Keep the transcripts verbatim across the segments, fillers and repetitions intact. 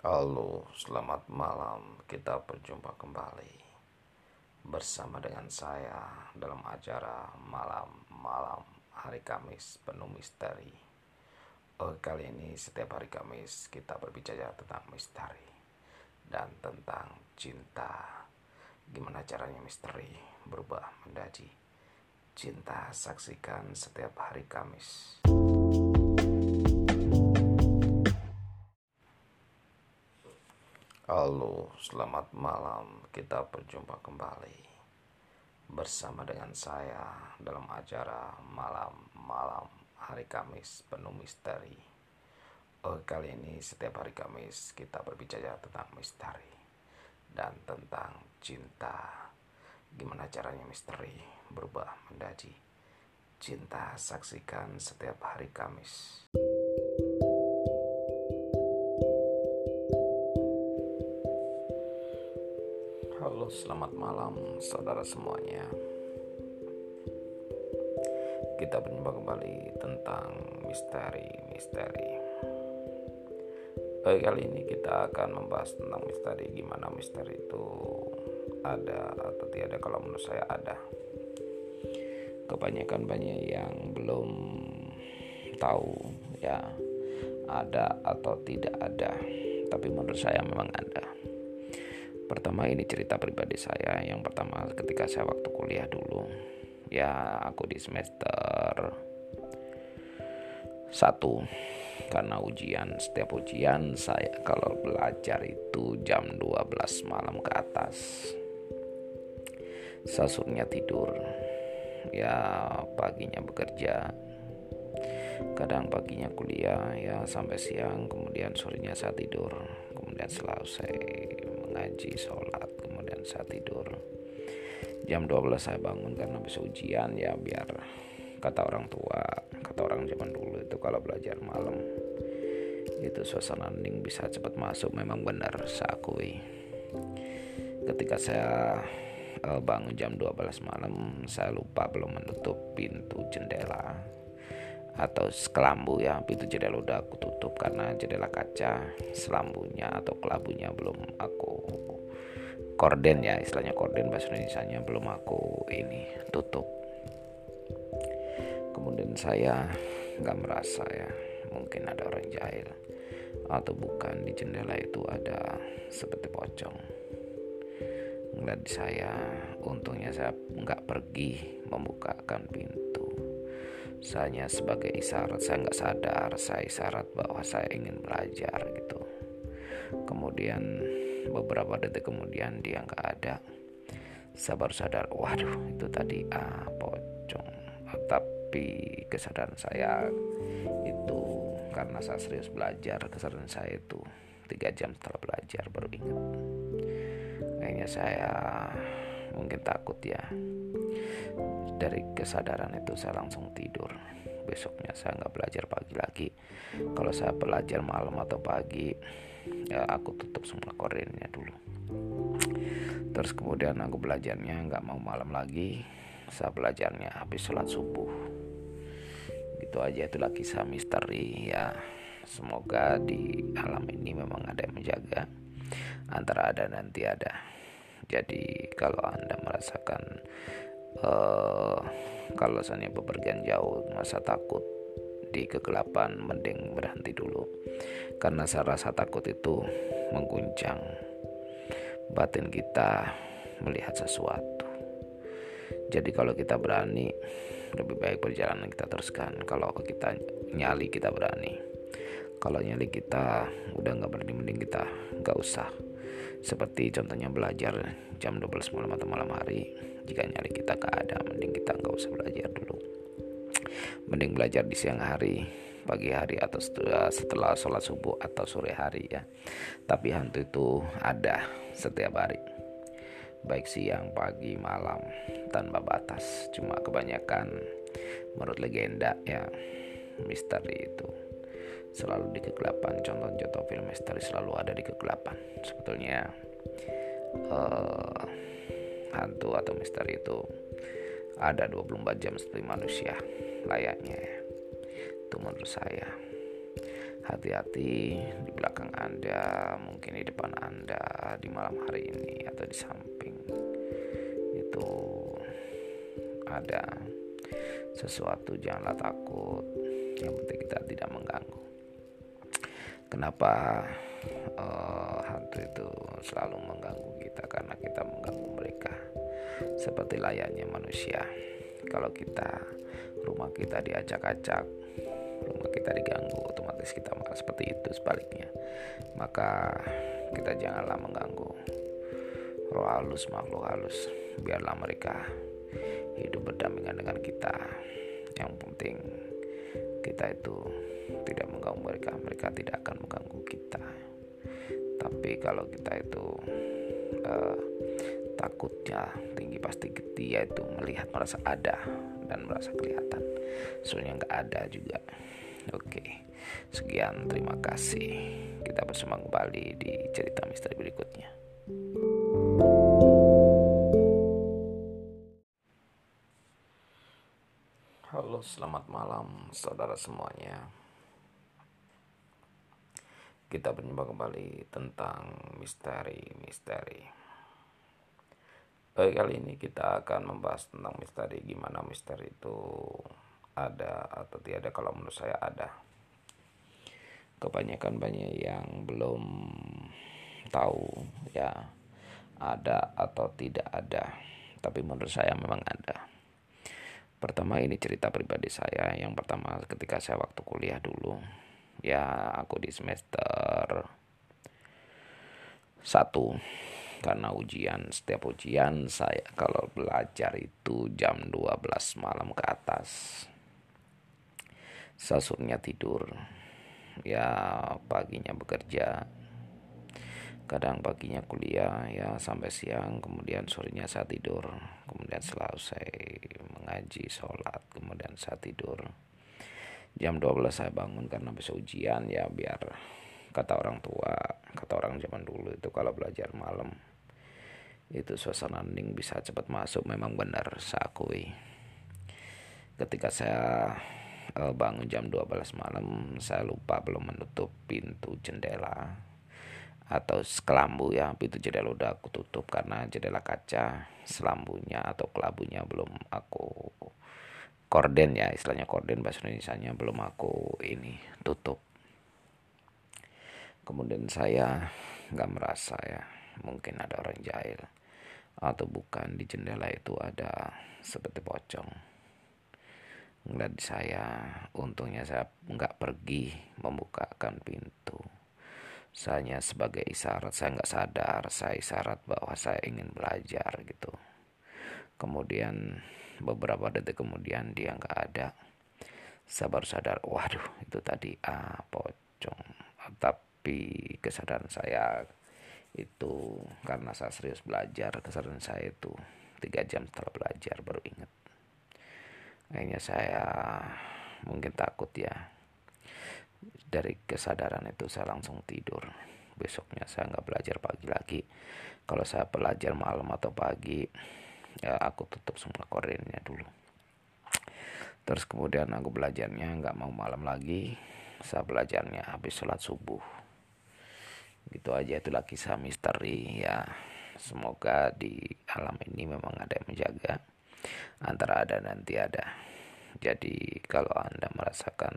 Halo, selamat malam. Kita berjumpa kembali bersama dengan saya dalam acara malam-malam hari Kamis penuh misteri. Oh, kali ini setiap hari Kamis kita berbicara tentang misteri dan tentang cinta. Gimana caranya misteri berubah menjadi cinta? Saksikan setiap hari Kamis. Halo, selamat malam. Kita berjumpa kembali bersama dengan saya dalam acara malam-malam hari Kamis penuh misteri. Oh, kali ini setiap hari Kamis kita berbicara tentang misteri dan tentang cinta. Gimana caranya misteri berubah menjadi cinta? Saksikan setiap hari Kamis. Halo, selamat malam saudara semuanya. Kita berjumpa kembali tentang misteri-misteri. Baik, kali ini kita akan membahas tentang misteri. Gimana misteri itu ada atau tidak? Kalau menurut saya ada. Kebanyakan banyak yang belum tahu ya ada atau tidak ada. Tapi menurut saya memang ada. Pertama, ini cerita pribadi saya. Yang pertama, ketika saya waktu kuliah dulu, ya aku di semester satu, karena ujian, setiap ujian saya kalau belajar itu jam dua belas malam ke atas. Sesurnya tidur, ya paginya bekerja, kadang paginya kuliah ya sampai siang, kemudian sorenya saya tidur, kemudian selesai mengaji, sholat, kemudian saya tidur. Jam dua belas saya bangun karena habis ujian, ya biar kata orang tua, kata orang zaman dulu itu kalau belajar malam itu suasana hening bisa cepat masuk. Memang benar, saya akui. Ketika saya uh, bangun jam dua belas malam, saya lupa belum menutup pintu jendela atau kelambu ya. Pintu jendela udah aku tutup karena jendela kaca, selambunya atau kelabunya belum aku korden ya, istilahnya korden bahasa Indonesianya belum aku ini tutup. Kemudian saya nggak merasa ya mungkin ada orang jahil atau bukan, di jendela itu ada seperti pocong ngeliat saya. Untungnya saya nggak pergi membukakan pintu. Saya sebagai isyarat, saya nggak sadar, saya isyarat bahwa saya ingin belajar gitu. Kemudian beberapa detik kemudian dia nggak ada. Saya baru sadar, waduh itu tadi ah pocong. Tapi kesadaran saya itu karena saya serius belajar, kesadaran saya itu tiga jam setelah belajar baru ingat. Kayaknya saya mungkin takut ya. Dari kesadaran itu saya langsung tidur. Besoknya saya nggak belajar pagi lagi. Kalau saya belajar malam atau pagi, ya aku tutup semua korennya dulu. Terus kemudian aku belajarnya nggak mau malam lagi. Saya belajarnya habis sholat subuh. Gitu aja, itulah kisah misteri ya. Semoga di alam ini memang ada yang menjaga, antara ada dan tiada. Jadi kalau Anda merasakan uh, kalau misalnya bepergian jauh, masa takut di kegelapan, mending berhenti dulu. Karena saya rasa takut itu mengguncang batin kita melihat sesuatu. Jadi kalau kita berani, lebih baik perjalanan kita teruskan. Kalau kita nyali, kita berani. Kalau nyali kita udah gak berani, mending kita gak usah. Seperti contohnya belajar jam dua belas malam atau malam hari. Jika nyali kita gak ada, mending kita gak usah belajar dulu. Mending belajar di siang hari, pagi hari, atau setelah, setelah sholat subuh atau sore hari ya. Tapi hantu itu ada setiap hari, baik siang, pagi, malam, tanpa batas. Cuma kebanyakan menurut legenda ya, misteri itu selalu di kegelapan. Contoh-contoh film misteri selalu ada di kegelapan. Sebetulnya uh, hantu atau misteri itu ada dua puluh empat jam seperti manusia layaknya. Itu menurut saya. Hati-hati di belakang Anda, mungkin di depan Anda, di malam hari ini atau di samping itu ada sesuatu. Janganlah takut, yang penting kita tidak mengganggu. Kenapa uh, hantu itu selalu mengganggu kita? Karena kita mengganggu mereka. Seperti layaknya manusia, kalau kita rumah kita diacak-acak, rumah kita diganggu, otomatis kita malah seperti itu. Sebaliknya, maka kita janganlah mengganggu roh halus, makhluk halus. Biarlah mereka hidup berdampingan dengan kita. Yang penting kita itu tidak mengganggu mereka, mereka tidak akan mengganggu kita. Tapi kalau kita itu uh, takutnya tinggi, pasti dia itu melihat, merasa ada dan merasa kelihatan. Sebenarnya nggak ada juga. Oke, sekian, terima kasih. Kita bersama kembali di cerita misteri berikutnya. Halo, selamat malam saudara semuanya. Kita berjumpa kembali tentang misteri-misteri. Baik, kali ini kita akan membahas tentang misteri. Gimana misteri itu ada atau tidak ada? Kalau menurut saya ada. Kebanyakan banyak yang belum tahu ya ada atau tidak ada. Tapi menurut saya memang ada. Pertama, ini cerita pribadi saya. Yang pertama, ketika saya waktu kuliah dulu, ya aku di semester satu, karena ujian, setiap ujian saya kalau belajar itu jam dua belas malam ke atas. Sesurnya tidur, ya paginya bekerja, kadang paginya kuliah ya sampai siang, kemudian sorenya saya tidur, kemudian selesai mengaji, sholat, kemudian saya tidur. Jam dua belas saya bangun karena besok ujian, ya biar kata orang tua, kata orang zaman dulu itu kalau belajar malam itu suasana hening bisa cepat masuk. Memang benar, saya akui. Ketika saya uh, bangun jam dua belas malam, saya lupa belum menutup pintu jendela atau kelambu ya. Pintu jendela udah aku tutup karena jendela kaca, selambunya atau kelabunya belum aku korden ya, istilahnya korden bahasa Indonesianya, belum aku ini tutup. Kemudian saya nggak merasa ya, mungkin ada orang jahil atau bukan, di jendela itu ada seperti pocong ngeliat saya. Untungnya saya nggak pergi membukakan pintu, saya sebagai isyarat, saya nggak sadar, saya isyarat bahwa saya ingin belajar gitu. Kemudian beberapa detik kemudian dia nggak ada. Saya baru sadar, waduh itu tadi ah pocong. Tapi kesadaran saya itu karena saya serius belajar, kesadaran saya itu tiga jam setelah belajar baru ingat. Akhirnya saya mungkin takut ya, dari kesadaran itu saya langsung tidur. Besoknya saya nggak belajar pagi lagi. Kalau saya belajar malam atau pagi, ya aku tutup semua kordennya dulu. Terus kemudian aku belajarnya nggak mau malam lagi, saya belajarnya habis sholat subuh. Gitu aja, itulah kisah misteri ya. Semoga di alam ini memang ada yang menjaga, antara ada dan tiada. Jadi kalau Anda merasakan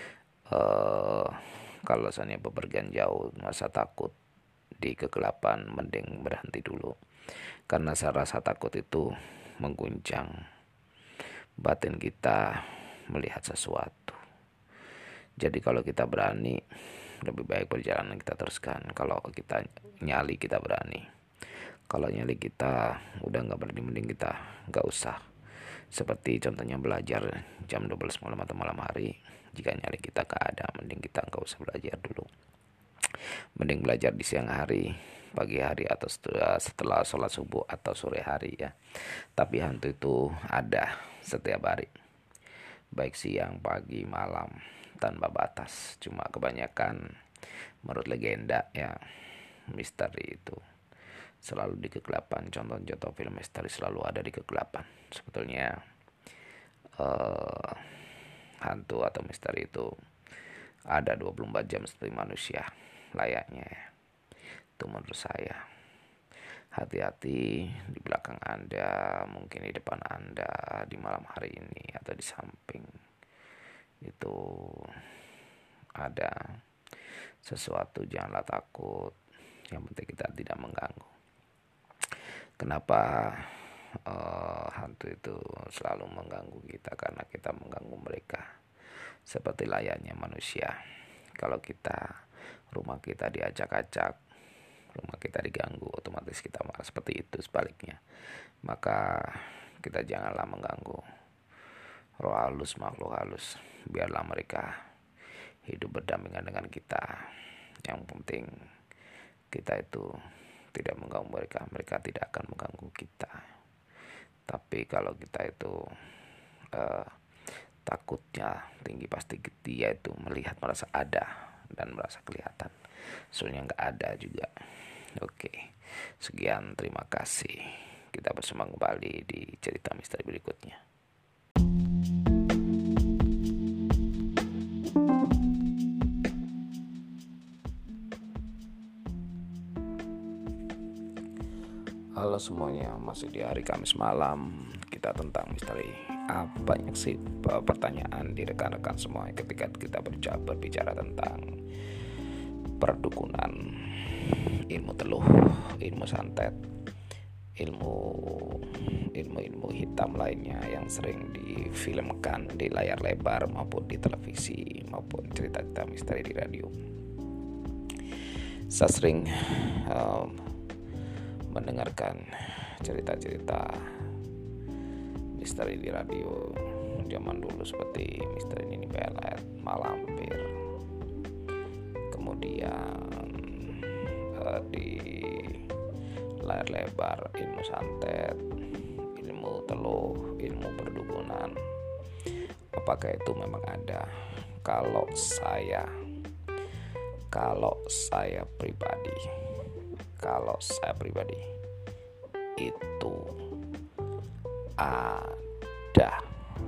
uh, kalau misalnya bepergian jauh, masa takut di kegelapan, mending berhenti dulu. Karena saya rasa takut itu mengguncang batin kita melihat sesuatu. Jadi kalau kita berani, lebih baik perjalanan kita teruskan. Kalau kita nyali, kita berani. Kalau nyali kita udah gak berani, mending kita gak usah. Seperti contohnya belajar jam dua belas malam atau malam hari. Jika nyali kita gak ada, mending kita gak usah belajar dulu. Mending belajar di siang hari, pagi hari, atau setelah, setelah sholat subuh atau sore hari ya. Tapi hantu itu ada setiap hari, baik siang, pagi, malam, tanpa batas. Cuma kebanyakan menurut legenda ya, misteri itu selalu di kegelapan. Contoh-contoh film misteri selalu ada di kegelapan. Sebetulnya uh, hantu atau misteri itu ada dua puluh empat jam seperti manusia layaknya ya. Itu menurut saya. Hati-hati di belakang Anda, mungkin di depan Anda di malam hari ini atau di samping itu ada sesuatu. Janganlah takut, yang penting kita tidak mengganggu. Kenapa uh, hantu itu selalu mengganggu kita? Karena kita mengganggu mereka seperti layaknya manusia. Kalau kita rumah kita diacak-acak, rumah kita diganggu, otomatis kita marah. Seperti itu sebaliknya. Maka kita janganlah mengganggu roh halus, makhluk halus. Biarlah mereka hidup berdampingan dengan kita. Yang penting kita itu tidak mengganggu mereka. Mereka tidak akan mengganggu kita. Tapi kalau kita itu uh, takutnya tinggi, pasti dia itu melihat, merasa ada dan merasa kelihatan. Soalnya nggak ada juga. Oke, sekian, terima kasih. Kita bersama kembali di cerita misteri berikutnya. Halo semuanya, masih di hari Kamis malam. Kita tentang misteri. Ah, banyak sih pertanyaan di rekan-rekan semua ketika kita berbicara, berbicara tentang perdukunan, ilmu teluh, ilmu santet, ilmu ilmu-ilmu hitam lainnya yang sering difilmkan di layar lebar maupun di televisi maupun cerita-cerita misteri di radio. Saya sering um, mendengarkan cerita-cerita misteri di radio zaman dulu seperti Misteri Nini Pelet, Malampir, kemudian uh, di layar lebar ilmu santet, ilmu teluh, ilmu perdukunan. Apakah itu memang ada? Kalau saya kalau saya pribadi kalau saya pribadi itu ada.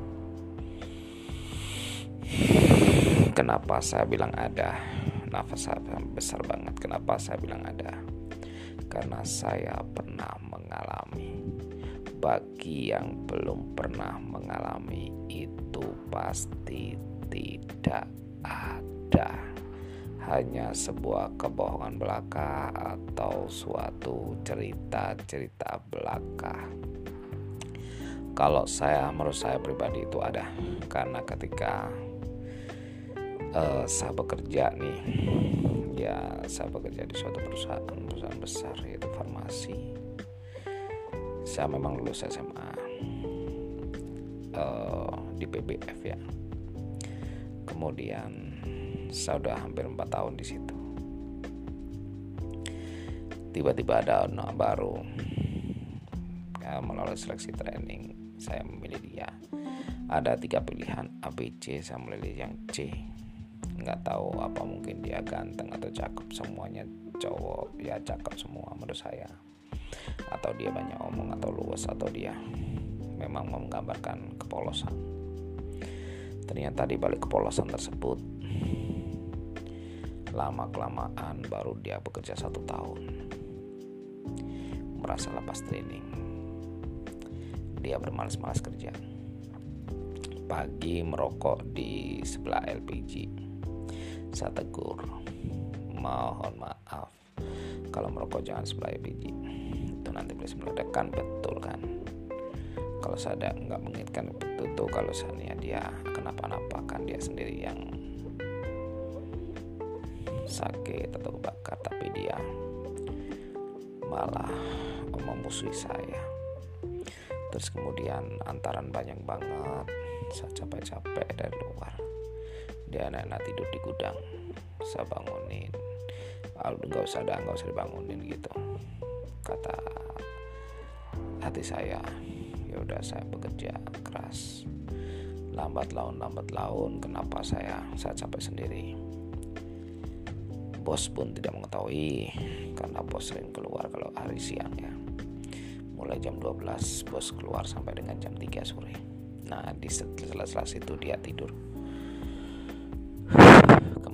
Kenapa saya bilang ada? Nafas saya besar banget. Kenapa saya bilang ada? Karena saya pernah mengalami. Bagi yang belum pernah mengalami, itu pasti tidak ada. Hanya sebuah kebohongan belaka atau suatu cerita-cerita belaka. Kalau saya, menurut saya pribadi itu ada. Karena ketika uh, saya bekerja nih, ya saya bekerja di suatu perusahaan perusahaan besar, yaitu farmasi. Saya memang lulus S M A uh, di P B F ya. Kemudian saya udah hampir empat tahun di situ. Tiba-tiba ada anak baru, ya, melalui seleksi training saya memilih dia. Ada tiga pilihan A, B, C. Saya memilih yang C. Nggak tahu apa, mungkin dia ganteng atau cakep. Semuanya cowok ya, cakep semua menurut saya. Atau dia banyak omong atau luas, atau dia memang menggambarkan kepolosan. Ternyata di balik kepolosan tersebut, lama kelamaan baru dia bekerja satu tahun, merasa lepas training. Dia bermalas-malas kerja. Pagi merokok di sebelah L P G. Saya tegur, mohon maaf, kalau merokok jangan sebelah L P G, itu nanti bisa meledakan. Betul kan? Kalau saya nggak mengingatkan betul tuh, kalau misalnya dia kenapa-napa, kan dia sendiri yang sakit atau kebakar, tapi dia malah memusuhi saya. Terus kemudian antaran banyak banget, saya capek-capek dari luar, dia enak-enak tidur di gudang. Saya bangunin, ah, nggak usah dah, nggak usah dibangunin gitu, kata hati saya. Ya udah, saya bekerja keras, lambat laun lambat laun. Kenapa saya saya capek sendiri? Bos pun tidak mengetahui, karena bos sering keluar kalau hari siang ya. Mulai jam dua belas bos keluar sampai dengan jam tiga sore. Nah, di sela-sela itu dia tidur.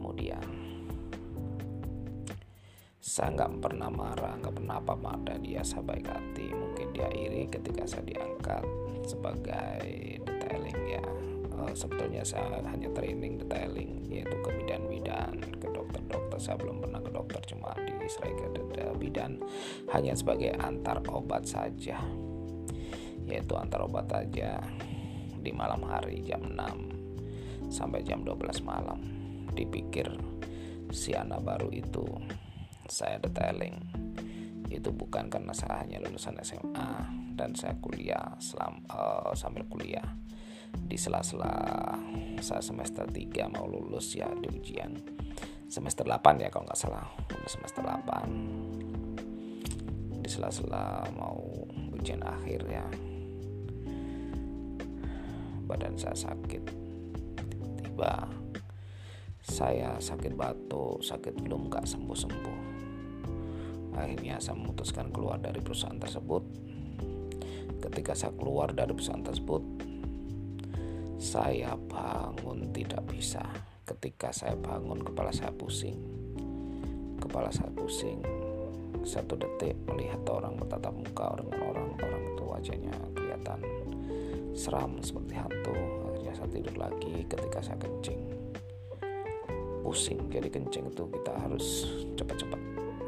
Saya nggak pernah marah, nggak pernah apa pada dia. Saya baik hati. Mungkin dia iri ketika saya diangkat sebagai detailing ya. Uh, sebetulnya saya hanya training detailing, yaitu ke bidan-bidan, ke dokter-dokter. Saya belum pernah ke dokter, cuma diserai ke bidan hanya sebagai antar obat saja, yaitu antar obat saja di malam hari jam enam sampai jam dua belas malam. Dipikir si anak baru itu saya detailing itu bukan karena saya hanya lulusan S M A dan saya kuliah selam, uh, sambil kuliah di sela-sela saya semester tiga mau lulus ya, di ujian semester delapan ya kalau nggak salah, udah semester delapan, di sela-sela mau ujian akhir ya, badan saya sakit. Tiba-tiba saya sakit batuk, sakit flu, nggak sembuh-sembuh. Akhirnya saya memutuskan keluar dari perusahaan tersebut. Ketika saya keluar dari perusahaan tersebut, saya bangun tidak bisa. Ketika saya bangun, kepala saya pusing. Kepala saya pusing. Satu detik melihat orang bertatap muka dengan orang, orang itu wajahnya kelihatan seram seperti hantu. Akhirnya saya tidur lagi. Ketika saya kencing, pusing. Jadi kencing itu kita harus cepat-cepat.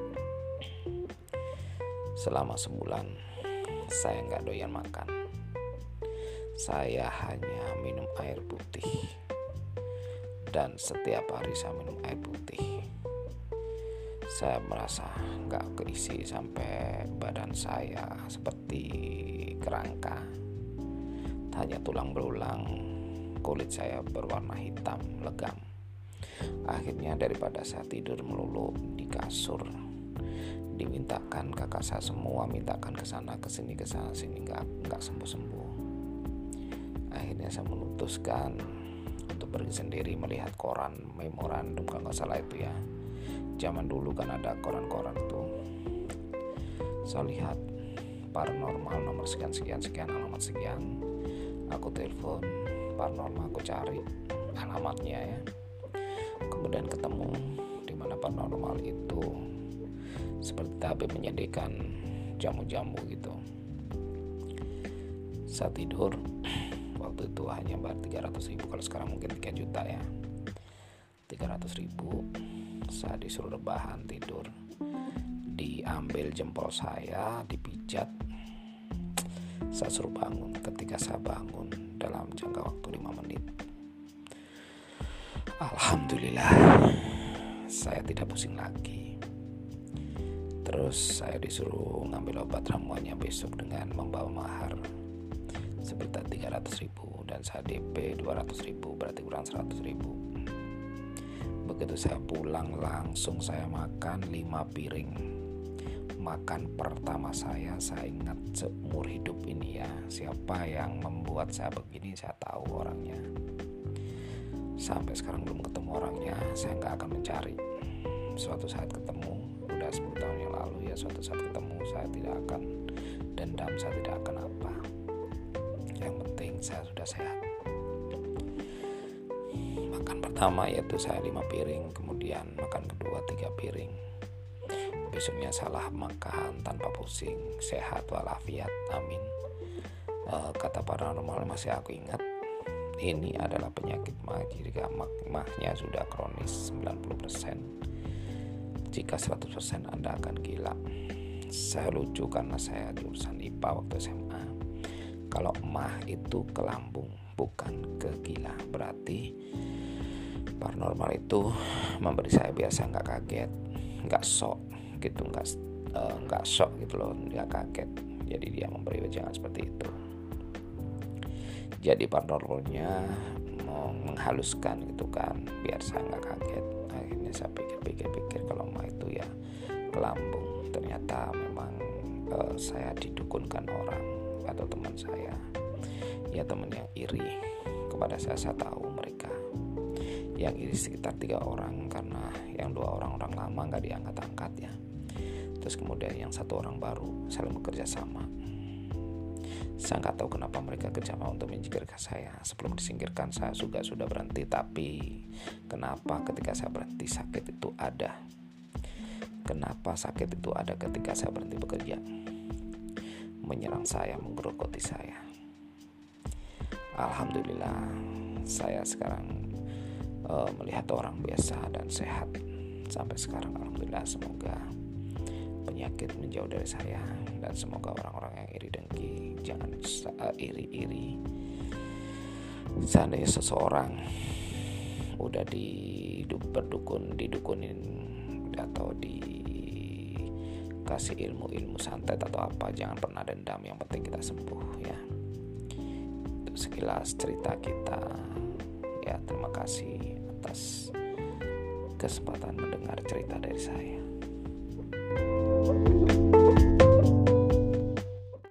Selama sebulan saya nggak doyan makan. Saya hanya minum air putih, dan setiap hari saya minum air putih. Saya merasa nggak keisi sampai badan saya seperti kerangka, hanya tulang belulang. Kulit saya berwarna hitam legam. Akhirnya daripada saya tidur melulu di kasur, dimintakan kakak saya semua mintakan ke sana ke sini ke sana sini, nggak nggak sembuh sembuh. Akhirnya saya memutuskan untuk pergi sendiri melihat koran memorandum kalau nggak salah itu ya. Zaman dulu kan ada koran-koran tuh. Saya lihat paranormal nomor sekian sekian sekian alamat sekian. Aku telepon paranormal, aku cari alamatnya ya. Kemudian ketemu di mana paranormal itu seperti tabib menyediakan jamu-jamu gitu. Saya tidur waktu itu hanya bayar tiga ratus ribu, kalau sekarang mungkin tiga juta ya. tiga ratus ribu. Saya disuruh rebahan tidur. Diambil jempol saya, dipijat. Saya suruh bangun. Ketika saya bangun dalam jangka waktu lima menit, alhamdulillah saya tidak pusing lagi. Terus saya disuruh ngambil obat ramuannya besok dengan membawa mahar sekitar tiga ratus ribu, dan saya D P dua ratus ribu, berarti kurang seratus ribu. Begitu saya pulang langsung saya makan lima piring. Makan pertama saya, saya ingat seumur hidup ini ya. Siapa yang membuat saya begini saya tahu orangnya. Sampai sekarang belum ketemu orangnya, saya nggak akan mencari. Suatu saat ketemu, udah sepuluh tahun yang lalu ya, suatu saat ketemu saya tidak akan dendam, saya tidak akan apa. Yang penting saya sudah sehat. Makan pertama yaitu saya lima piring, kemudian makan kedua tiga piring. Besoknya salah makan tanpa pusing, sehat walafiat, amin. E, kata paranormal masih aku ingat, ini adalah penyakit mah. Jika mahnya sudah kronis sembilan puluh persen, jika seratus persen Anda akan gila. Saya lucu karena saya jurusan I P A waktu S M A. Kalau mah itu ke lambung, bukan ke gila. Berarti paranormal itu memberi saya biasa nggak kaget, nggak shock gitu, nggak uh, nggak shock gitu loh, nggak kaget. Jadi dia memberi wejangan seperti itu. Jadi paranormalnya mau menghaluskan gitu kan, biar saya nggak kaget. Akhirnya saya pikir-pikir-pikir kalau mah itu ya ke lambung. Ternyata memang uh, saya didukunkan orang atau teman saya, ya teman yang iri kepada saya. Saya tahu mereka yang iri sekitar tiga orang, karena yang dua orang orang lama nggak diangkat-angkat ya. Terus kemudian yang satu orang baru saling bekerja sama. Saya nggak tahu kenapa mereka kerjasama untuk menyingkirkan saya. Sebelum disingkirkan saya juga sudah berhenti, tapi kenapa ketika saya berhenti sakit itu ada. Kenapa sakit itu ada ketika saya berhenti bekerja, menyerang saya, menggerogoti saya. Alhamdulillah saya sekarang uh, melihat orang biasa dan sehat sampai sekarang. Alhamdulillah, semoga penyakit menjauh dari saya, dan semoga orang-orang yang iri dengki jangan uh, iri-iri. Seandainya seseorang udah di berdukun, didukunin atau dikasih ilmu-ilmu santet atau apa, jangan pernah dendam, yang penting kita sembuh ya. Itu sekilas cerita kita ya. Terima kasih atas kesempatan mendengar cerita dari saya.